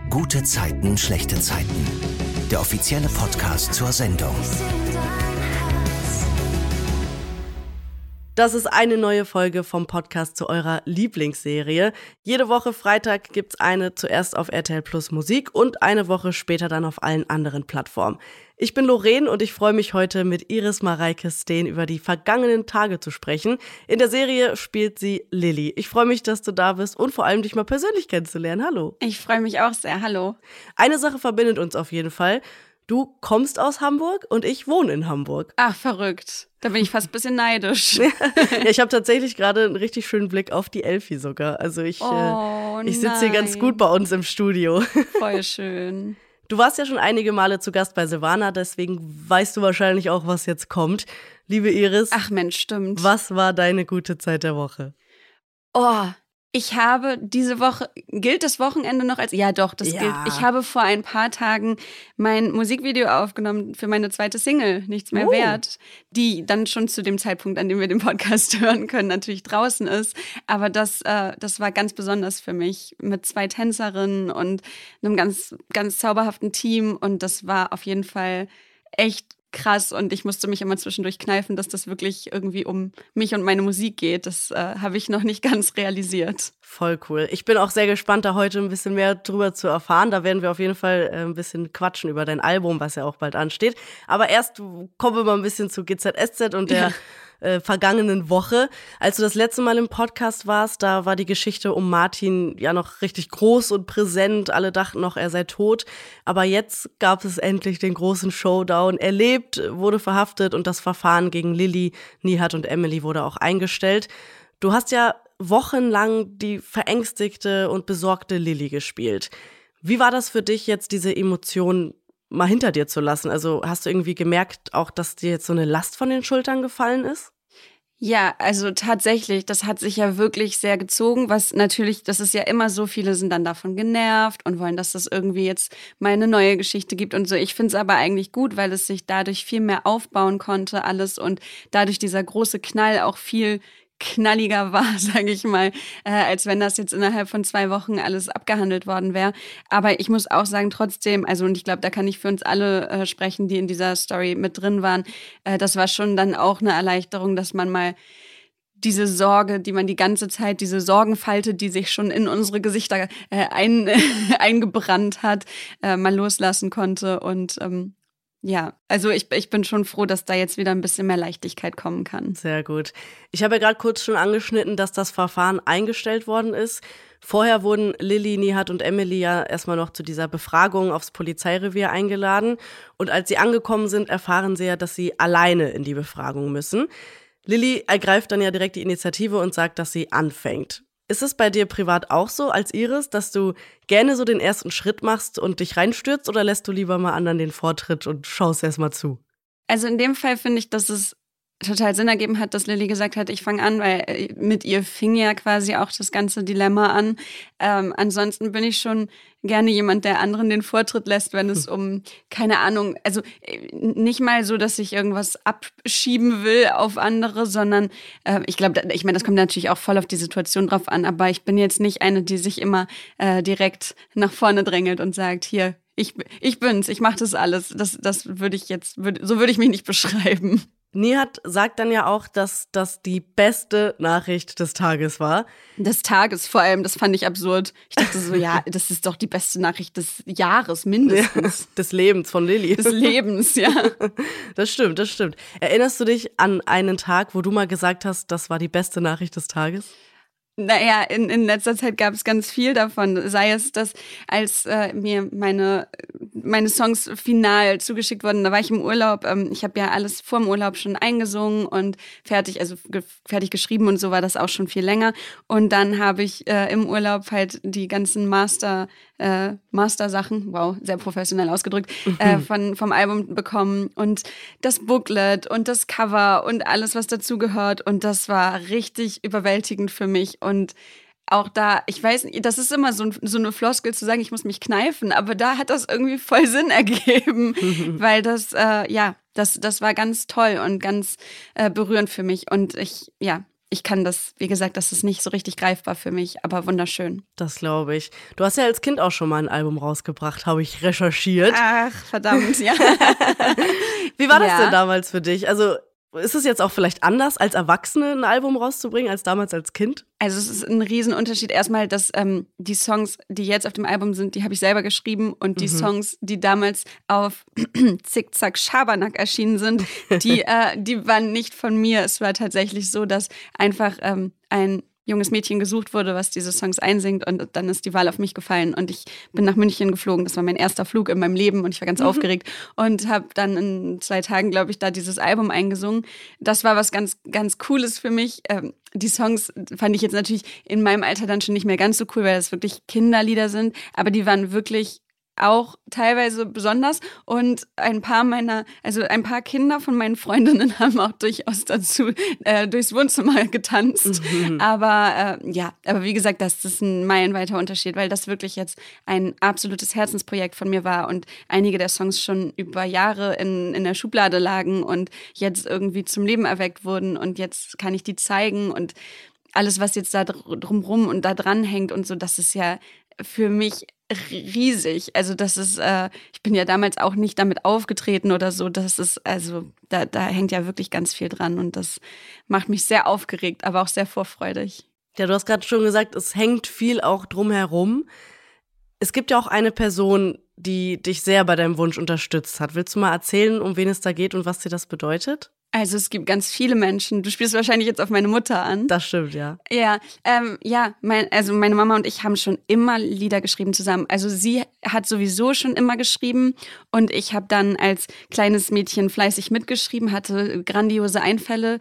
Gute Zeiten, schlechte Zeiten. Der offizielle Podcast zur Sendung. Das ist eine neue Folge vom Podcast zu eurer Lieblingsserie. Jede Woche Freitag gibt's eine, zuerst auf RTL Plus Musik und eine Woche später dann auf allen anderen Plattformen. Ich bin Lorraine und ich freue mich heute mit Iris Mareike Steen über die vergangenen Tage zu sprechen. In der Serie spielt sie Lilly. Ich freue mich, dass du da bist und vor allem dich mal persönlich kennenzulernen. Hallo. Ich freue mich auch sehr. Hallo. Eine Sache verbindet uns auf jeden Fall. Du kommst aus Hamburg und ich wohne in Hamburg. Ach, verrückt. Da bin ich fast ein bisschen neidisch. Ja, ich habe tatsächlich gerade einen richtig schönen Blick auf die Elfi sogar. Also ich sitze hier ganz gut bei uns im Studio. Voll schön. Du warst ja schon einige Male zu Gast bei Silvana, deswegen weißt du wahrscheinlich auch, was jetzt kommt. Liebe Iris. Ach Mensch, stimmt. Was war deine gute Zeit der Woche? Ich habe diese Woche, gilt das Wochenende noch als, ja doch, das gilt. Ich habe vor ein paar Tagen mein Musikvideo aufgenommen für meine zweite Single, Nichts mehr wert, die dann schon zu dem Zeitpunkt, an dem wir den Podcast hören können, natürlich draußen ist. Aber das war ganz besonders für mich mit 2 Tänzerinnen und einem ganz, ganz zauberhaften Team und das war auf jeden Fall echt krass und ich musste mich immer zwischendurch kneifen, dass das wirklich irgendwie um mich und meine Musik geht. Das habe ich noch nicht ganz realisiert. Voll cool. Ich bin auch sehr gespannt, da heute ein bisschen mehr drüber zu erfahren. Da werden wir auf jeden Fall ein bisschen quatschen über dein Album, was ja auch bald ansteht. Aber erst kommen wir mal ein bisschen zu GZSZ und der vergangenen Woche. Als du das letzte Mal im Podcast warst, da war die Geschichte um Martin ja noch richtig groß und präsent. Alle dachten noch, er sei tot. Aber jetzt gab es endlich den großen Showdown. Er lebt, wurde verhaftet und das Verfahren gegen Lilly, Nihat und Emily wurde auch eingestellt. Du hast ja wochenlang die verängstigte und besorgte Lilly gespielt. Wie war das für dich jetzt, diese Emotionen mal hinter dir zu lassen? Also hast du irgendwie gemerkt auch, dass dir jetzt so eine Last von den Schultern gefallen ist? Ja, also tatsächlich, das hat sich ja wirklich sehr gezogen, was natürlich, das ist ja immer so, viele sind dann davon genervt und wollen, dass das irgendwie jetzt mal eine neue Geschichte gibt und so. Ich finde es aber eigentlich gut, weil es sich dadurch viel mehr aufbauen konnte alles und dadurch dieser große Knall auch viel knalliger war, sage ich mal, als wenn das jetzt innerhalb von 2 Wochen alles abgehandelt worden wäre. Aber ich muss auch sagen, trotzdem, also und ich glaube, da kann ich für uns alle sprechen, die in dieser Story mit drin waren, das war schon dann auch eine Erleichterung, dass man mal diese Sorge, die man die ganze Zeit, diese Sorgenfalte, die sich schon in unsere Gesichter eingebrannt hat, mal loslassen konnte und ja, also ich bin schon froh, dass da jetzt wieder ein bisschen mehr Leichtigkeit kommen kann. Sehr gut. Ich habe ja gerade kurz schon angeschnitten, dass das Verfahren eingestellt worden ist. Vorher wurden Lilly, Nihat und Emily ja erstmal noch zu dieser Befragung aufs Polizeirevier eingeladen. Und als sie angekommen sind, erfahren sie ja, dass sie alleine in die Befragung müssen. Lilly ergreift dann ja direkt die Initiative und sagt, dass sie anfängt. Ist es bei dir privat auch so als Iris, dass du gerne so den ersten Schritt machst und dich reinstürzt oder lässt du lieber mal anderen den Vortritt und schaust erst mal zu? Also in dem Fall finde ich, dass es total Sinn ergeben hat, dass Lilly gesagt hat, ich fange an, weil mit ihr fing ja quasi auch das ganze Dilemma an. Ansonsten bin ich schon gerne jemand, der anderen den Vortritt lässt, wenn es um, keine Ahnung, also nicht mal so, dass ich irgendwas abschieben will auf andere, sondern ich glaube, ich meine, das kommt natürlich auch voll auf die Situation drauf an, aber ich bin jetzt nicht eine, die sich immer direkt nach vorne drängelt und sagt, hier, ich bin's, ich mache das alles. Das würde ich jetzt, so würde ich mich nicht beschreiben. Nihat sagt dann ja auch, dass das die beste Nachricht des Tages war. Des Tages vor allem, das fand ich absurd. Ich dachte so, ja, das ist doch die beste Nachricht des Jahres mindestens. Ja, des Lebens von Lilly. Des Lebens, ja. Das stimmt, das stimmt. Erinnerst du dich an einen Tag, wo du mal gesagt hast, das war die beste Nachricht des Tages? Naja, in letzter Zeit gab es ganz viel davon. Sei es, dass als mir meine Songs final zugeschickt wurden, da war ich im Urlaub. Ich habe ja alles vor dem Urlaub schon eingesungen und fertig geschrieben und so war das auch schon viel länger. Und dann habe ich im Urlaub halt die ganzen Master-Sachen, wow, sehr professionell ausgedrückt, vom Album bekommen und das Booklet und das Cover und alles, was dazu gehört. Und das war richtig überwältigend für mich. Und auch da, ich weiß nicht, das ist immer so eine Floskel zu sagen, ich muss mich kneifen, aber da hat das irgendwie voll Sinn ergeben, weil das war ganz toll und ganz berührend für mich. Und ich kann das, wie gesagt, das ist nicht so richtig greifbar für mich, aber wunderschön. Das glaube ich. Du hast ja als Kind auch schon mal ein Album rausgebracht, habe ich recherchiert. Ach, verdammt, ja. Wie war das denn damals für dich? Also ist es jetzt auch vielleicht anders, als Erwachsene ein Album rauszubringen, als damals als Kind? Also es ist ein Riesenunterschied. Erstmal, dass die Songs, die jetzt auf dem Album sind, die habe ich selber geschrieben. Und die Songs, die damals auf Zickzack Schabernack erschienen sind, die waren nicht von mir. Es war tatsächlich so, dass einfach ein junges Mädchen gesucht wurde, was diese Songs einsingt, und dann ist die Wahl auf mich gefallen und ich bin nach München geflogen. Das war mein erster Flug in meinem Leben und ich war ganz aufgeregt und habe dann in 2 Tagen, glaube ich, da dieses Album eingesungen. Das war was ganz, ganz Cooles für mich. Die Songs fand ich jetzt natürlich in meinem Alter dann schon nicht mehr ganz so cool, weil das wirklich Kinderlieder sind, aber die waren wirklich auch teilweise besonders und ein paar Kinder von meinen Freundinnen haben auch durchaus dazu durchs Wohnzimmer getanzt. Aber wie gesagt, das ist ein meilenweiter Unterschied, weil das wirklich jetzt ein absolutes Herzensprojekt von mir war und einige der Songs schon über Jahre in der Schublade lagen und jetzt irgendwie zum Leben erweckt wurden und jetzt kann ich die zeigen und alles, was jetzt da drumrum und da dran hängt und so, das ist ja für mich riesig. Also das ist, ich bin ja damals auch nicht damit aufgetreten oder so. Das ist, also da hängt ja wirklich ganz viel dran und das macht mich sehr aufgeregt, aber auch sehr vorfreudig. Ja, du hast gerade schon gesagt, es hängt viel auch drumherum. Es gibt ja auch eine Person, die dich sehr bei deinem Wunsch unterstützt hat. Willst du mal erzählen, um wen es da geht und was dir das bedeutet? Also es gibt ganz viele Menschen. Du spielst wahrscheinlich jetzt auf meine Mutter an. Das stimmt, ja. Ja, meine Mama und ich haben schon immer Lieder geschrieben zusammen. Also sie hat sowieso schon immer geschrieben und ich habe dann als kleines Mädchen fleißig mitgeschrieben, hatte grandiose Einfälle,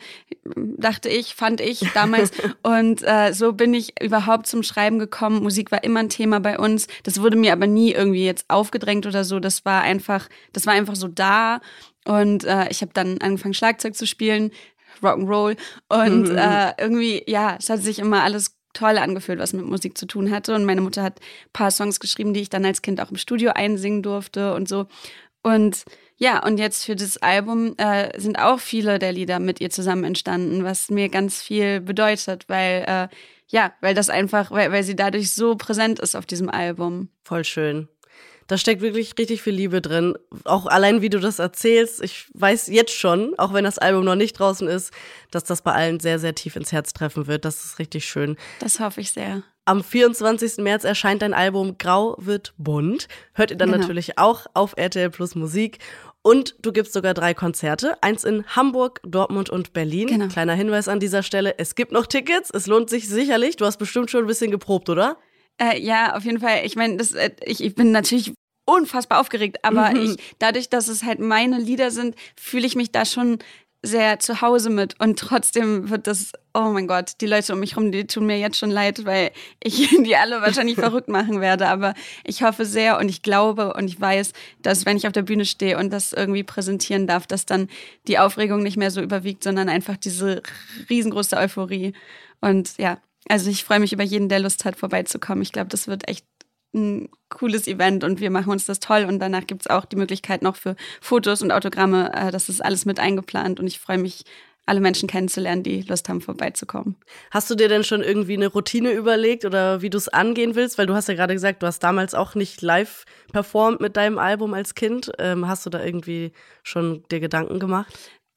fand ich damals. Und so bin ich überhaupt zum Schreiben gekommen. Musik war immer ein Thema bei uns. Das wurde mir aber nie irgendwie jetzt aufgedrängt oder so. Das war einfach so da. Und ich habe dann angefangen, Schlagzeug zu spielen, Rock'n'Roll. Und irgendwie, ja, es hat sich immer alles toll angefühlt, was mit Musik zu tun hatte. Und meine Mutter hat ein paar Songs geschrieben, die ich dann als Kind auch im Studio einsingen durfte und so. Und ja, und jetzt für das Album sind auch viele der Lieder mit ihr zusammen entstanden, was mir ganz viel bedeutet, weil das einfach, weil sie dadurch so präsent ist auf diesem Album. Voll schön. Da steckt wirklich richtig viel Liebe drin. Auch allein, wie du das erzählst. Ich weiß jetzt schon, auch wenn das Album noch nicht draußen ist, dass das bei allen sehr, sehr tief ins Herz treffen wird. Das ist richtig schön. Das hoffe ich sehr. Am 24. März erscheint dein Album Grau wird bunt. Hört ihr dann natürlich auch auf RTL Plus Musik. Und du gibst sogar 3 Konzerte. 1 in Hamburg, Dortmund und Berlin. Genau. Kleiner Hinweis an dieser Stelle, es gibt noch Tickets. Es lohnt sich sicherlich. Du hast bestimmt schon ein bisschen geprobt, oder? Ja, auf jeden Fall. Ich meine, ich bin natürlich unfassbar aufgeregt, aber dadurch, dass es halt meine Lieder sind, fühle ich mich da schon sehr zu Hause mit. Und trotzdem wird das, oh mein Gott, die Leute um mich rum, die tun mir jetzt schon leid, weil ich die alle wahrscheinlich verrückt machen werde. Aber ich hoffe sehr und ich glaube und ich weiß, dass wenn ich auf der Bühne stehe und das irgendwie präsentieren darf, dass dann die Aufregung nicht mehr so überwiegt, sondern einfach diese riesengroße Euphorie. Und ja, also ich freue mich über jeden, der Lust hat, vorbeizukommen. Ich glaube, das wird echt ein cooles Event und wir machen uns das toll und danach gibt es auch die Möglichkeit noch für Fotos und Autogramme. Das ist alles mit eingeplant und ich freue mich, alle Menschen kennenzulernen, die Lust haben, vorbeizukommen. Hast du dir denn schon irgendwie eine Routine überlegt oder wie du es angehen willst? Weil du hast ja gerade gesagt, du hast damals auch nicht live performt mit deinem Album als Kind. Hast du da irgendwie schon dir Gedanken gemacht?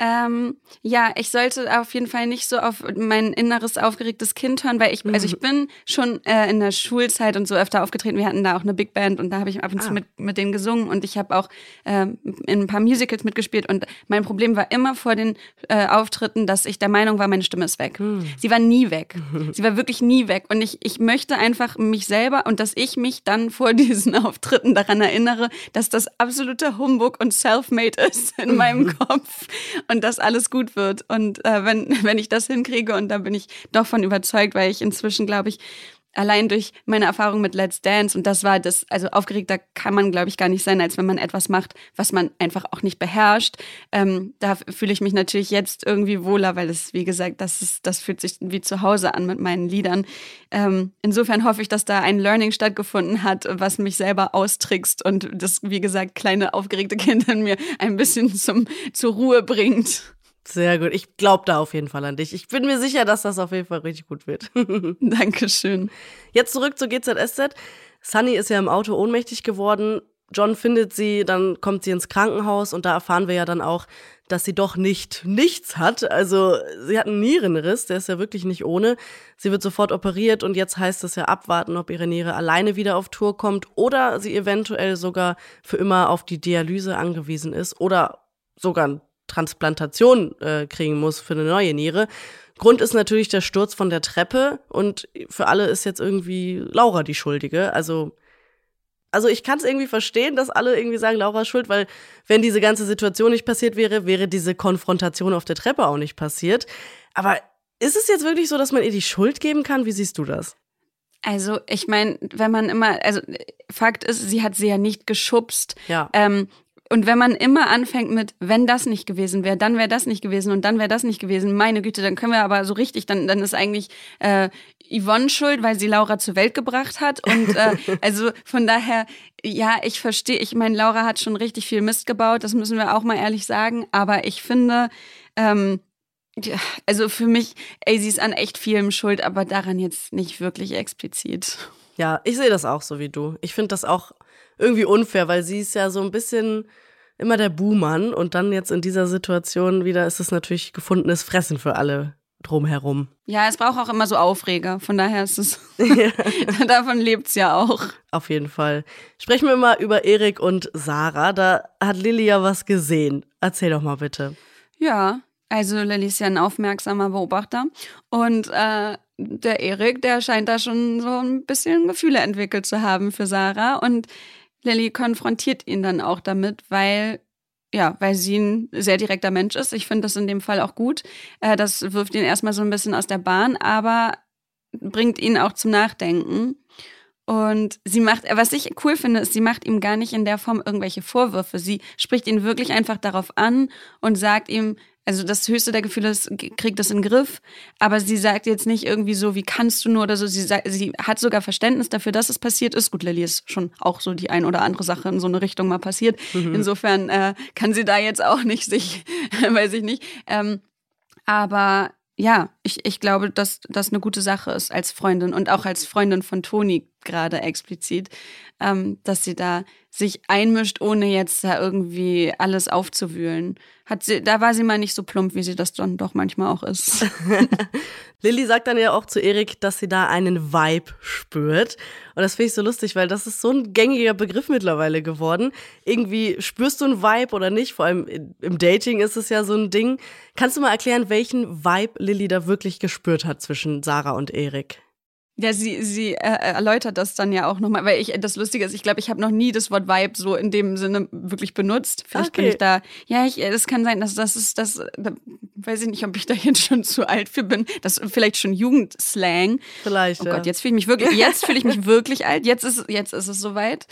Ja, ich sollte auf jeden Fall nicht so auf mein inneres aufgeregtes Kind hören, weil ich bin schon in der Schulzeit und so öfter aufgetreten. Wir hatten da auch eine Big Band und da habe ich ab und zu mit denen gesungen und ich habe auch in ein paar Musicals mitgespielt und mein Problem war immer vor den Auftritten, dass ich der Meinung war, meine Stimme ist weg. Sie war nie weg. Sie war wirklich nie weg und ich möchte einfach mich selber und dass ich mich dann vor diesen Auftritten daran erinnere, dass das absoluter Humbug und Selfmade ist in meinem Kopf. Und dass alles gut wird. Und wenn ich das hinkriege, und da bin ich doch von überzeugt, weil ich inzwischen, glaube ich, allein durch meine Erfahrung mit Let's Dance, und das war das, also aufgeregter kann man, glaube ich, gar nicht sein, als wenn man etwas macht, was man einfach auch nicht beherrscht. Da fühle ich mich natürlich jetzt irgendwie wohler, weil es, wie gesagt, das fühlt sich wie zu Hause an mit meinen Liedern. Insofern hoffe ich, dass da ein Learning stattgefunden hat, was mich selber austrickst und das, wie gesagt, kleine aufgeregte Kind in mir ein bisschen zur Ruhe bringt. Sehr gut. Ich glaube da auf jeden Fall an dich. Ich bin mir sicher, dass das auf jeden Fall richtig gut wird. Dankeschön. Jetzt zurück zu GZSZ. Sunny ist ja im Auto ohnmächtig geworden. John findet sie, dann kommt sie ins Krankenhaus und da erfahren wir ja dann auch, dass sie doch nichts hat. Also sie hat einen Nierenriss, der ist ja wirklich nicht ohne. Sie wird sofort operiert und jetzt heißt es ja abwarten, ob ihre Niere alleine wieder auf Tour kommt oder sie eventuell sogar für immer auf die Dialyse angewiesen ist oder sogar eine Transplantation kriegen muss für eine neue Niere. Grund ist natürlich der Sturz von der Treppe und für alle ist jetzt irgendwie Laura die Schuldige. Also ich kann es irgendwie verstehen, dass alle irgendwie sagen, Laura ist schuld, weil wenn diese ganze Situation nicht passiert wäre, wäre diese Konfrontation auf der Treppe auch nicht passiert. Aber ist es jetzt wirklich so, dass man ihr die Schuld geben kann? Wie siehst du das? Also ich meine, Fakt ist, sie hat sie ja nicht geschubst. Ja. Und wenn man immer anfängt mit, wenn das nicht gewesen wäre, dann wäre das nicht gewesen und dann wäre das nicht gewesen, meine Güte, dann können wir aber so richtig, dann ist eigentlich Yvonne schuld, weil sie Laura zur Welt gebracht hat. Und also von daher, ja, ich verstehe, ich meine, Laura hat schon richtig viel Mist gebaut, das müssen wir auch mal ehrlich sagen. Aber ich finde, also für mich, sie ist an echt vielem schuld, aber daran jetzt nicht wirklich explizit. Ja, ich sehe das auch so wie du. Ich finde das auch irgendwie unfair, weil sie ist ja so ein bisschen immer der Buhmann und dann jetzt in dieser Situation wieder ist es natürlich gefundenes Fressen für alle drumherum. Ja, es braucht auch immer so Aufreger, von daher ist es, davon lebt's ja auch. Auf jeden Fall. Sprechen wir mal über Erik und Sarah, da hat Lilly ja was gesehen. Erzähl doch mal bitte. Ja, also Lilly ist ja ein aufmerksamer Beobachter und der Erik, der scheint da schon so ein bisschen Gefühle entwickelt zu haben für Sarah und Lilly konfrontiert ihn dann auch damit, weil sie ein sehr direkter Mensch ist. Ich finde das in dem Fall auch gut. Das wirft ihn erstmal so ein bisschen aus der Bahn, aber bringt ihn auch zum Nachdenken. Und was ich cool finde, ist, sie macht ihm gar nicht in der Form irgendwelche Vorwürfe. Sie spricht ihn wirklich einfach darauf an und sagt ihm, also das höchste der Gefühle ist, kriegt das in den Griff, aber sie sagt jetzt nicht irgendwie so, wie kannst du nur oder so. Sie hat sogar Verständnis dafür, dass es passiert ist. Gut, Lilly ist schon auch so die ein oder andere Sache in so eine Richtung mal passiert. Insofern kann sie da jetzt auch nicht weiß ich nicht. Aber ja, ich glaube, dass das eine gute Sache ist als Freundin und auch als Freundin von Toni gerade explizit, dass sie da sich einmischt, ohne jetzt da irgendwie alles aufzuwühlen. Da war sie mal nicht so plump, wie sie das dann doch manchmal auch ist. Lilly sagt dann ja auch zu Erik, dass sie da einen Vibe spürt. Und das finde ich so lustig, weil das ist so ein gängiger Begriff mittlerweile geworden. Irgendwie spürst du einen Vibe oder nicht? Vor allem im Dating ist es ja so ein Ding. Kannst du mal erklären, welchen Vibe Lilly da wirklich gespürt hat zwischen Sarah und Erik? Ja, sie erläutert das dann ja auch nochmal, weil das Lustige ist, ich glaube, ich habe noch nie das Wort Vibe so in dem Sinne wirklich benutzt. Vielleicht kann ich da, das kann sein, dass da weiß ich nicht, ob ich da jetzt schon zu alt für bin, das ist vielleicht schon Jugendslang. Vielleicht, oh Gott, jetzt fühle ich mich wirklich alt, jetzt ist es soweit.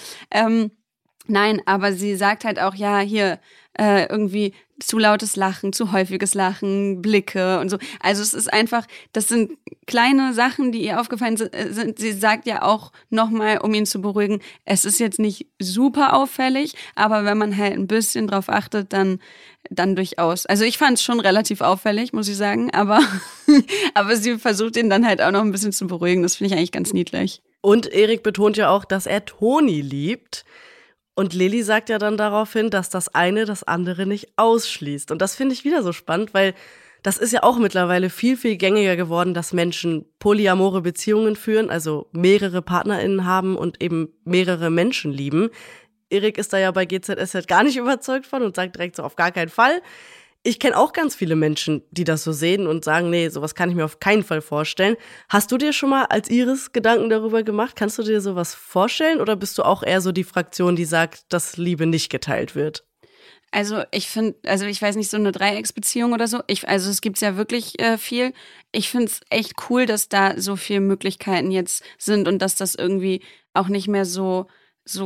Nein, aber sie sagt halt auch, ja, hier, irgendwie zu lautes Lachen, zu häufiges Lachen, Blicke und so. Also es ist einfach, das sind kleine Sachen, die ihr aufgefallen sind. Sie sagt ja auch nochmal, um ihn zu beruhigen, es ist jetzt nicht super auffällig, aber wenn man halt ein bisschen drauf achtet, dann durchaus. Also ich fand es schon relativ auffällig, muss ich sagen, aber sie versucht ihn dann halt auch noch ein bisschen zu beruhigen. Das finde ich eigentlich ganz niedlich. Und Erik betont ja auch, dass er Toni liebt. Und Lilly sagt ja dann daraufhin, dass das eine das andere nicht ausschließt. Und das finde ich wieder so spannend, weil das ist ja auch mittlerweile viel, viel gängiger geworden, dass Menschen polyamore Beziehungen führen, also mehrere PartnerInnen haben und eben mehrere Menschen lieben. Erik ist da ja bei GZSZ gar nicht überzeugt von und sagt direkt so, auf gar keinen Fall. Ich kenne auch ganz viele Menschen, die das so sehen und sagen, nee, sowas kann ich mir auf keinen Fall vorstellen. Hast du dir schon mal als Iris Gedanken darüber gemacht? Kannst du dir sowas vorstellen oder bist du auch eher so die Fraktion, die sagt, dass Liebe nicht geteilt wird? Also ich weiß nicht, so eine Dreiecksbeziehung oder so. Es gibt ja wirklich viel. Ich finde es echt cool, dass da so viele Möglichkeiten jetzt sind und dass das irgendwie auch nicht mehr so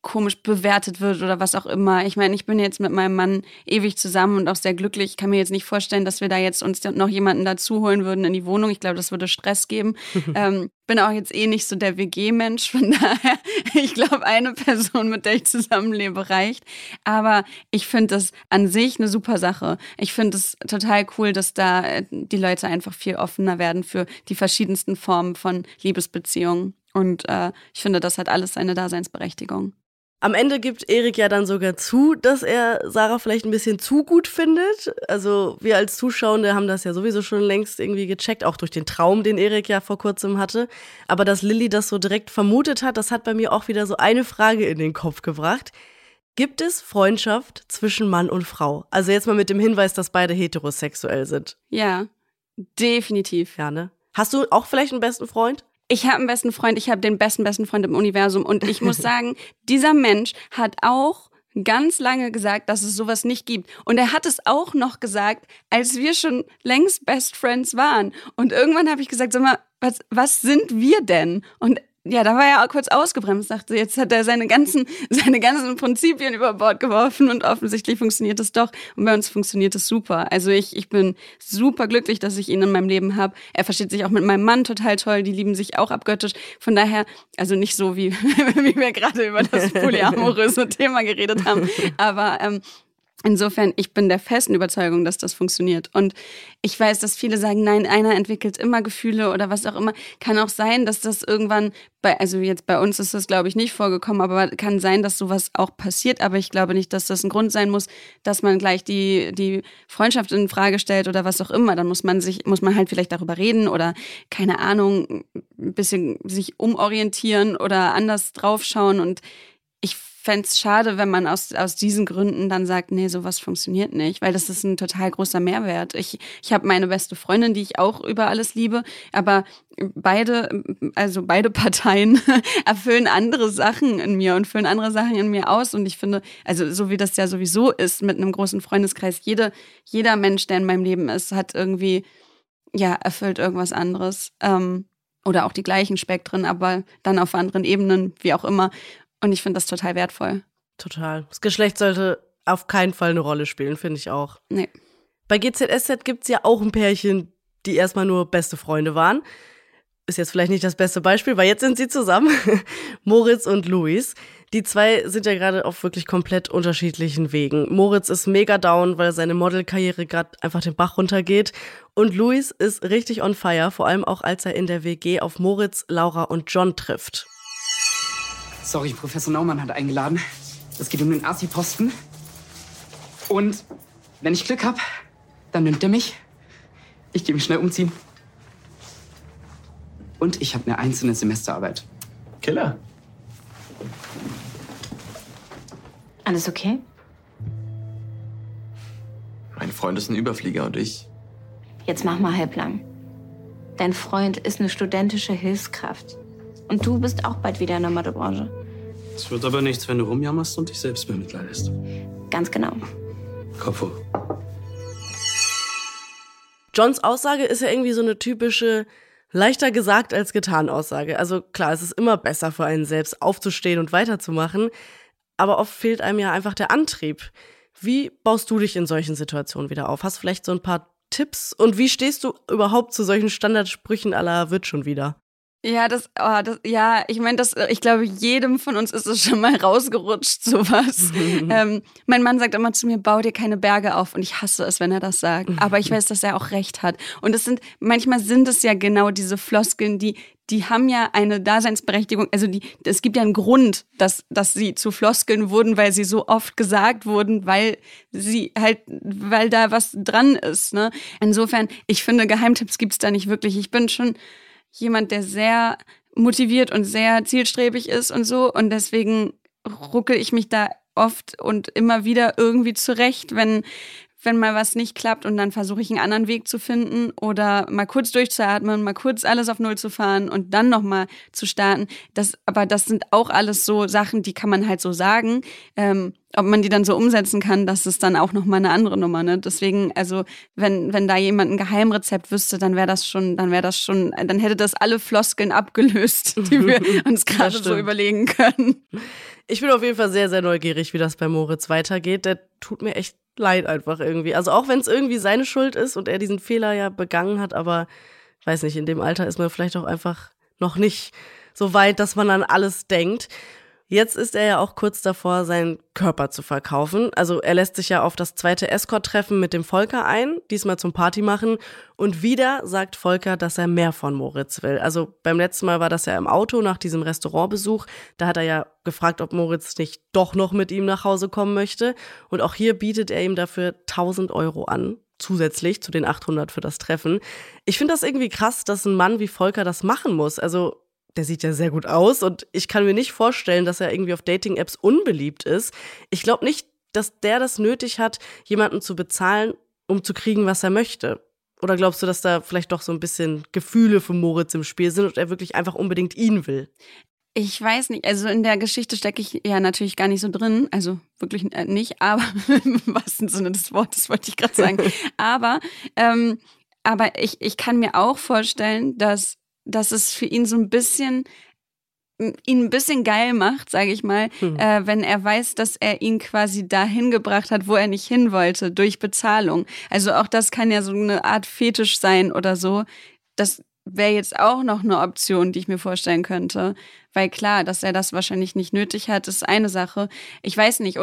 komisch bewertet wird oder was auch immer. Ich meine, ich bin jetzt mit meinem Mann ewig zusammen und auch sehr glücklich. Ich kann mir jetzt nicht vorstellen, dass wir da jetzt uns noch jemanden dazu holen würden in die Wohnung. Ich glaube, das würde Stress geben. Bin auch jetzt nicht so der WG-Mensch. Von daher, ich glaube, eine Person, mit der ich zusammenlebe, reicht. Aber ich finde das an sich eine super Sache. Ich finde es total cool, dass da die Leute einfach viel offener werden für die verschiedensten Formen von Liebesbeziehungen. Und ich finde, das hat alles seine Daseinsberechtigung. Am Ende gibt Erik ja dann sogar zu, dass er Sarah vielleicht ein bisschen zu gut findet. Also wir als Zuschauende haben das ja sowieso schon längst irgendwie gecheckt, auch durch den Traum, den Erik ja vor kurzem hatte. Aber dass Lilly das so direkt vermutet hat, das hat bei mir auch wieder so eine Frage in den Kopf gebracht. Gibt es Freundschaft zwischen Mann und Frau? Also jetzt mal mit dem Hinweis, dass beide heterosexuell sind. Ja, definitiv. Ja, ne? Hast du auch vielleicht einen besten Freund? Ich habe einen besten Freund, ich habe den besten Freund im Universum und ich muss sagen, dieser Mensch hat auch ganz lange gesagt, dass es sowas nicht gibt. Und er hat es auch noch gesagt, als wir schon längst Best Friends waren. Und irgendwann habe ich gesagt, sag mal, was sind wir denn? Und ja, da war er auch kurz ausgebremst, dachte, jetzt hat er seine ganzen Prinzipien über Bord geworfen und offensichtlich funktioniert das doch. Und bei uns funktioniert das super. Also ich bin super glücklich, dass ich ihn in meinem Leben habe. Er versteht sich auch mit meinem Mann total toll, die lieben sich auch abgöttisch. Von daher, also nicht so, wie wir gerade über das polyamoröse Thema geredet haben, aber insofern, ich bin der festen Überzeugung, dass das funktioniert. Und ich weiß, dass viele sagen, nein, einer entwickelt immer Gefühle oder was auch immer. Kann auch sein, dass das irgendwann, also jetzt bei uns ist das, glaube ich, nicht vorgekommen, aber kann sein, dass sowas auch passiert. Aber ich glaube nicht, dass das ein Grund sein muss, dass man gleich die Freundschaft in Frage stellt oder was auch immer. Dann muss man halt vielleicht darüber reden oder, keine Ahnung, ein bisschen sich umorientieren oder anders draufschauen. Und ich fände es schade, wenn man aus diesen Gründen dann sagt, nee, sowas funktioniert nicht, weil das ist ein total großer Mehrwert. Ich habe meine beste Freundin, die ich auch über alles liebe, aber beide Parteien erfüllen andere Sachen in mir und füllen andere Sachen in mir aus. Und ich finde, also so wie das ja sowieso ist mit einem großen Freundeskreis, jeder Mensch, der in meinem Leben ist, hat irgendwie, ja, erfüllt irgendwas anderes. Oder auch die gleichen Spektren, aber dann auf anderen Ebenen, wie auch immer. Und ich finde das total wertvoll. Total. Das Geschlecht sollte auf keinen Fall eine Rolle spielen, finde ich auch. Nee. Bei GZSZ gibt es ja auch ein Pärchen, die erstmal nur beste Freunde waren. Ist jetzt vielleicht nicht das beste Beispiel, weil jetzt sind sie zusammen. Moritz und Luis. Die zwei sind ja gerade auf wirklich komplett unterschiedlichen Wegen. Moritz ist mega down, weil seine Modelkarriere gerade einfach den Bach runtergeht. Und Luis ist richtig on fire, vor allem auch als er in der WG auf Moritz, Laura und John trifft. Sorry, Professor Naumann hat eingeladen. Es geht um den Assi-Posten. Und wenn ich Glück habe, dann nimmt er mich. Ich gehe mich schnell umziehen. Und ich habe eine einzelne Semesterarbeit. Killer. Alles okay? Mein Freund ist ein Überflieger und ich... Jetzt mach mal halblang. Dein Freund ist eine studentische Hilfskraft. Und du bist auch bald wieder in der Modebranche. Es wird aber nichts, wenn du rumjammerst und dich selbst bemitleidest. Ganz genau. Kopf hoch. Johns Aussage ist ja irgendwie so eine typische leichter gesagt als getan Aussage. Also klar, es ist immer besser für einen selbst aufzustehen und weiterzumachen, aber oft fehlt einem ja einfach der Antrieb. Wie baust du dich in solchen Situationen wieder auf? Hast du vielleicht so ein paar Tipps? Und wie stehst du überhaupt zu solchen Standardsprüchen à la wird schon wieder? Ja, ich glaube, jedem von uns ist es schon mal rausgerutscht, sowas. Mein Mann sagt immer zu mir, bau dir keine Berge auf. Und ich hasse es, wenn er das sagt. Aber ich weiß, dass er auch recht hat. Und manchmal sind es ja genau diese Floskeln, die haben ja eine Daseinsberechtigung. Also es gibt ja einen Grund, dass sie zu Floskeln wurden, weil sie so oft gesagt wurden, weil da was dran ist, ne? Insofern, ich finde, Geheimtipps gibt's da nicht wirklich. Ich bin schon jemand, der sehr motiviert und sehr zielstrebig ist und so. Und deswegen ruckel ich mich da oft und immer wieder irgendwie zurecht, wenn wenn mal was nicht klappt und dann versuche ich einen anderen Weg zu finden oder mal kurz durchzuatmen, mal kurz alles auf Null zu fahren und dann nochmal zu starten. Aber das sind auch alles so Sachen, die kann man halt so sagen. Ob man die dann so umsetzen kann, das ist dann auch nochmal eine andere Nummer, ne? Deswegen, also wenn da jemand ein Geheimrezept wüsste, dann hätte das alle Floskeln abgelöst, die wir uns gerade so überlegen können. Ich bin auf jeden Fall sehr, sehr neugierig, wie das bei Moritz weitergeht. Der tut mir echt leid einfach irgendwie. Also auch wenn es irgendwie seine Schuld ist und er diesen Fehler ja begangen hat, aber ich weiß nicht, in dem Alter ist man vielleicht auch einfach noch nicht so weit, dass man an alles denkt. Jetzt ist er ja auch kurz davor, seinen Körper zu verkaufen. Also er lässt sich ja auf das zweite Escort-Treffen mit dem Volker ein, diesmal zum Party machen. Und wieder sagt Volker, dass er mehr von Moritz will. Also beim letzten Mal war das ja im Auto nach diesem Restaurantbesuch. Da hat er ja gefragt, ob Moritz nicht doch noch mit ihm nach Hause kommen möchte. Und auch hier bietet er ihm dafür 1.000 Euro an. Zusätzlich zu den 800 für das Treffen. Ich finde das irgendwie krass, dass ein Mann wie Volker das machen muss. Also der sieht ja sehr gut aus und ich kann mir nicht vorstellen, dass er irgendwie auf Dating-Apps unbeliebt ist. Ich glaube nicht, dass der das nötig hat, jemanden zu bezahlen, um zu kriegen, was er möchte. Oder glaubst du, dass da vielleicht doch so ein bisschen Gefühle für Moritz im Spiel sind und er wirklich einfach unbedingt ihn will? Ich weiß nicht, also in der Geschichte stecke ich ja natürlich gar nicht so drin, also wirklich nicht, aber im wahrsten Sinne des Wortes wollte ich gerade sagen. Aber ich kann mir auch vorstellen, dass es für ihn so ein bisschen geil macht, sage ich mal, wenn er weiß, dass er ihn quasi dahin gebracht hat, wo er nicht hin wollte, durch Bezahlung. Also auch das kann ja so eine Art Fetisch sein oder so. Das wäre jetzt auch noch eine Option, die ich mir vorstellen könnte. Weil klar, dass er das wahrscheinlich nicht nötig hat, ist eine Sache. Ich weiß nicht,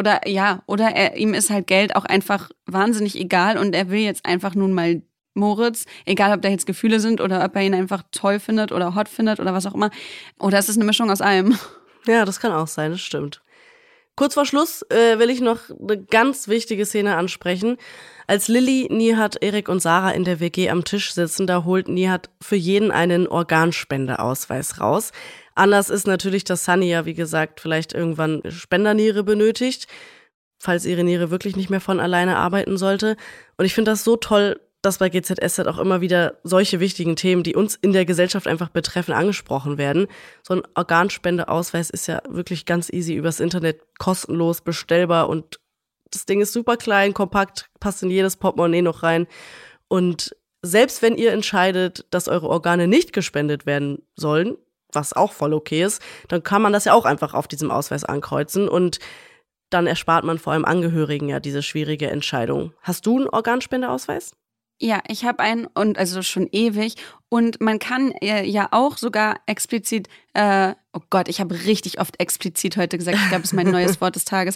ihm ist halt Geld auch einfach wahnsinnig egal und er will jetzt einfach nun mal Moritz, egal ob da jetzt Gefühle sind oder ob er ihn einfach toll findet oder hot findet oder was auch immer. Oder es ist eine Mischung aus allem. Ja, das kann auch sein, das stimmt. Kurz vor Schluss will ich noch eine ganz wichtige Szene ansprechen. Als Lilly, Nihat, Erik und Sarah in der WG am Tisch sitzen, da holt Nihat für jeden einen Organspendeausweis raus. Anders ist natürlich, dass Sunny ja, wie gesagt, vielleicht irgendwann Spenderniere benötigt, falls ihre Niere wirklich nicht mehr von alleine arbeiten sollte. Und ich finde das so toll, dass bei GZSZ auch immer wieder solche wichtigen Themen, die uns in der Gesellschaft einfach betreffen, angesprochen werden. So ein Organspendeausweis ist ja wirklich ganz easy übers Internet kostenlos bestellbar und das Ding ist super klein, kompakt, passt in jedes Portemonnaie noch rein. Und selbst wenn ihr entscheidet, dass eure Organe nicht gespendet werden sollen, was auch voll okay ist, dann kann man das ja auch einfach auf diesem Ausweis ankreuzen und dann erspart man vor allem Angehörigen ja diese schwierige Entscheidung. Hast du einen Organspendeausweis? Ja, ich habe einen und also schon ewig und man kann ja auch sogar explizit, oh Gott, ich habe richtig oft explizit heute gesagt, ich glaube, es ist mein neues Wort des Tages,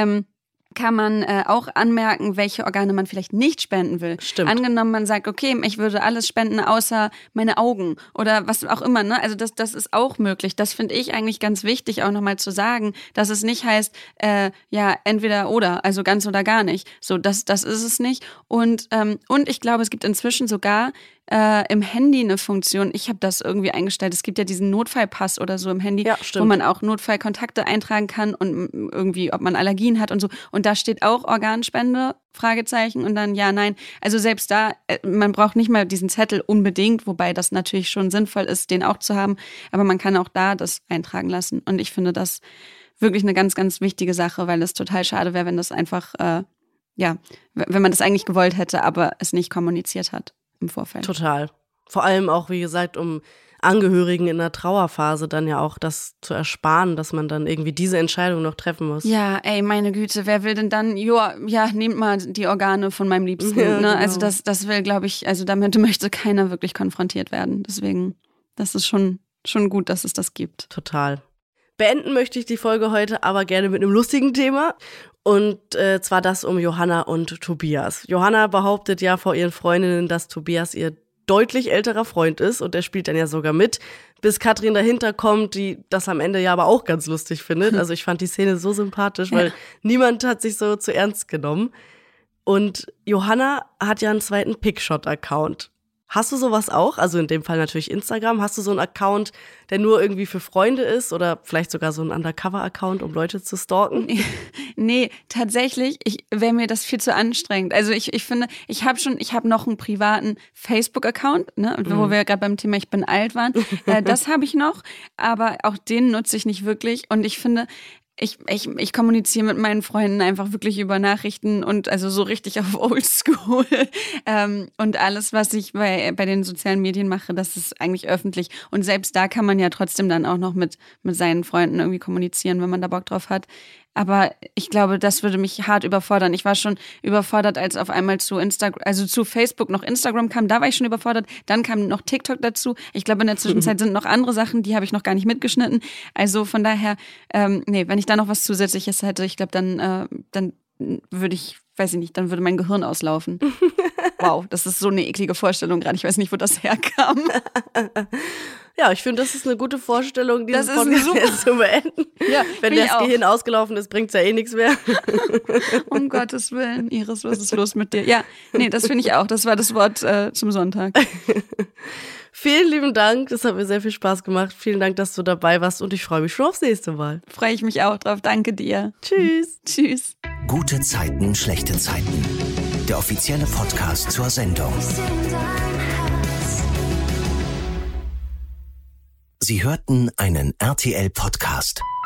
kann man auch anmerken, welche Organe man vielleicht nicht spenden will. Stimmt. Angenommen, man sagt, okay, ich würde alles spenden außer meine Augen oder was auch immer, ne? Also das ist auch möglich. Das finde ich eigentlich ganz wichtig, auch nochmal zu sagen, dass es nicht heißt, entweder oder, also ganz oder gar nicht. So, das ist es nicht. Und ich glaube, es gibt inzwischen sogar im Handy eine Funktion, ich habe das irgendwie eingestellt, es gibt ja diesen Notfallpass oder so im Handy, ja, wo man auch Notfallkontakte eintragen kann und irgendwie, ob man Allergien hat und so. Und da steht auch Organspende, Fragezeichen und dann ja, nein. Also selbst da, man braucht nicht mal diesen Zettel unbedingt, wobei das natürlich schon sinnvoll ist, den auch zu haben. Aber man kann auch da das eintragen lassen. Und ich finde das wirklich eine ganz, ganz wichtige Sache, weil es total schade wäre, wenn das einfach, wenn man das eigentlich gewollt hätte, aber es nicht kommuniziert hat im Vorfeld. Total. Vor allem auch, wie gesagt, um Angehörigen in der Trauerphase dann ja auch das zu ersparen, dass man dann irgendwie diese Entscheidung noch treffen muss. Ja, ey, meine Güte, wer will denn dann, nehmt mal die Organe von meinem Liebsten. Ja, ne? Genau. Also das will, glaube ich, also damit möchte keiner wirklich konfrontiert werden. Deswegen, das ist schon gut, dass es das gibt. Total. Beenden möchte ich die Folge heute aber gerne mit einem lustigen Thema. Und zwar das um Johanna und Tobias. Johanna behauptet ja vor ihren Freundinnen, dass Tobias ihr deutlich älterer Freund ist und der spielt dann ja sogar mit, bis Katrin dahinter kommt, die das am Ende ja aber auch ganz lustig findet. Also ich fand die Szene so sympathisch, weil niemand hat sich so zu ernst genommen. Und Johanna hat ja einen zweiten Pickshot-Account. Hast du sowas auch? Also in dem Fall natürlich Instagram. Hast du so einen Account, der nur irgendwie für Freunde ist oder vielleicht sogar so ein Undercover-Account, um Leute zu stalken? Nee, tatsächlich wäre mir das viel zu anstrengend. Also ich finde, ich habe noch einen privaten Facebook-Account, ne, wo wir gerade beim Thema Ich bin alt waren. Das habe ich noch, aber auch den nutze ich nicht wirklich. Und ich finde, ich kommuniziere mit meinen Freunden einfach wirklich über Nachrichten und also so richtig auf Oldschool. Und alles, was ich bei den sozialen Medien mache, das ist eigentlich öffentlich. Und selbst da kann man ja trotzdem dann auch noch mit seinen Freunden irgendwie kommunizieren, wenn man da Bock drauf hat. Aber ich glaube, das würde mich hart überfordern. Ich war schon überfordert, als auf einmal zu Facebook noch Instagram kam. Da war ich schon überfordert. Dann kam noch TikTok dazu. Ich glaube, in der Zwischenzeit sind noch andere Sachen, die habe ich noch gar nicht mitgeschnitten. Also von daher, wenn ich da noch was Zusätzliches hätte, ich glaube, dann würde ich, weiß ich nicht, dann würde mein Gehirn auslaufen. Wow, das ist so eine eklige Vorstellung gerade. Ich weiß nicht, wo das herkam. Ja, ich finde, das ist eine gute Vorstellung, dieses Das ist Podcast jetzt zu beenden. Ja, wenn das Gehirn ausgelaufen ist, bringt es ja eh nichts mehr. Um Gottes Willen, Iris, was ist los mit dir? Ja, nee, das finde ich auch. Das war das Wort zum Sonntag. Vielen lieben Dank, das hat mir sehr viel Spaß gemacht. Vielen Dank, dass du dabei warst und ich freue mich schon aufs nächste Mal. Freue ich mich auch drauf. Danke dir. Tschüss. Tschüss. Gute Zeiten, schlechte Zeiten. Der offizielle Podcast zur Sendung. Sie hörten einen RTL-Podcast.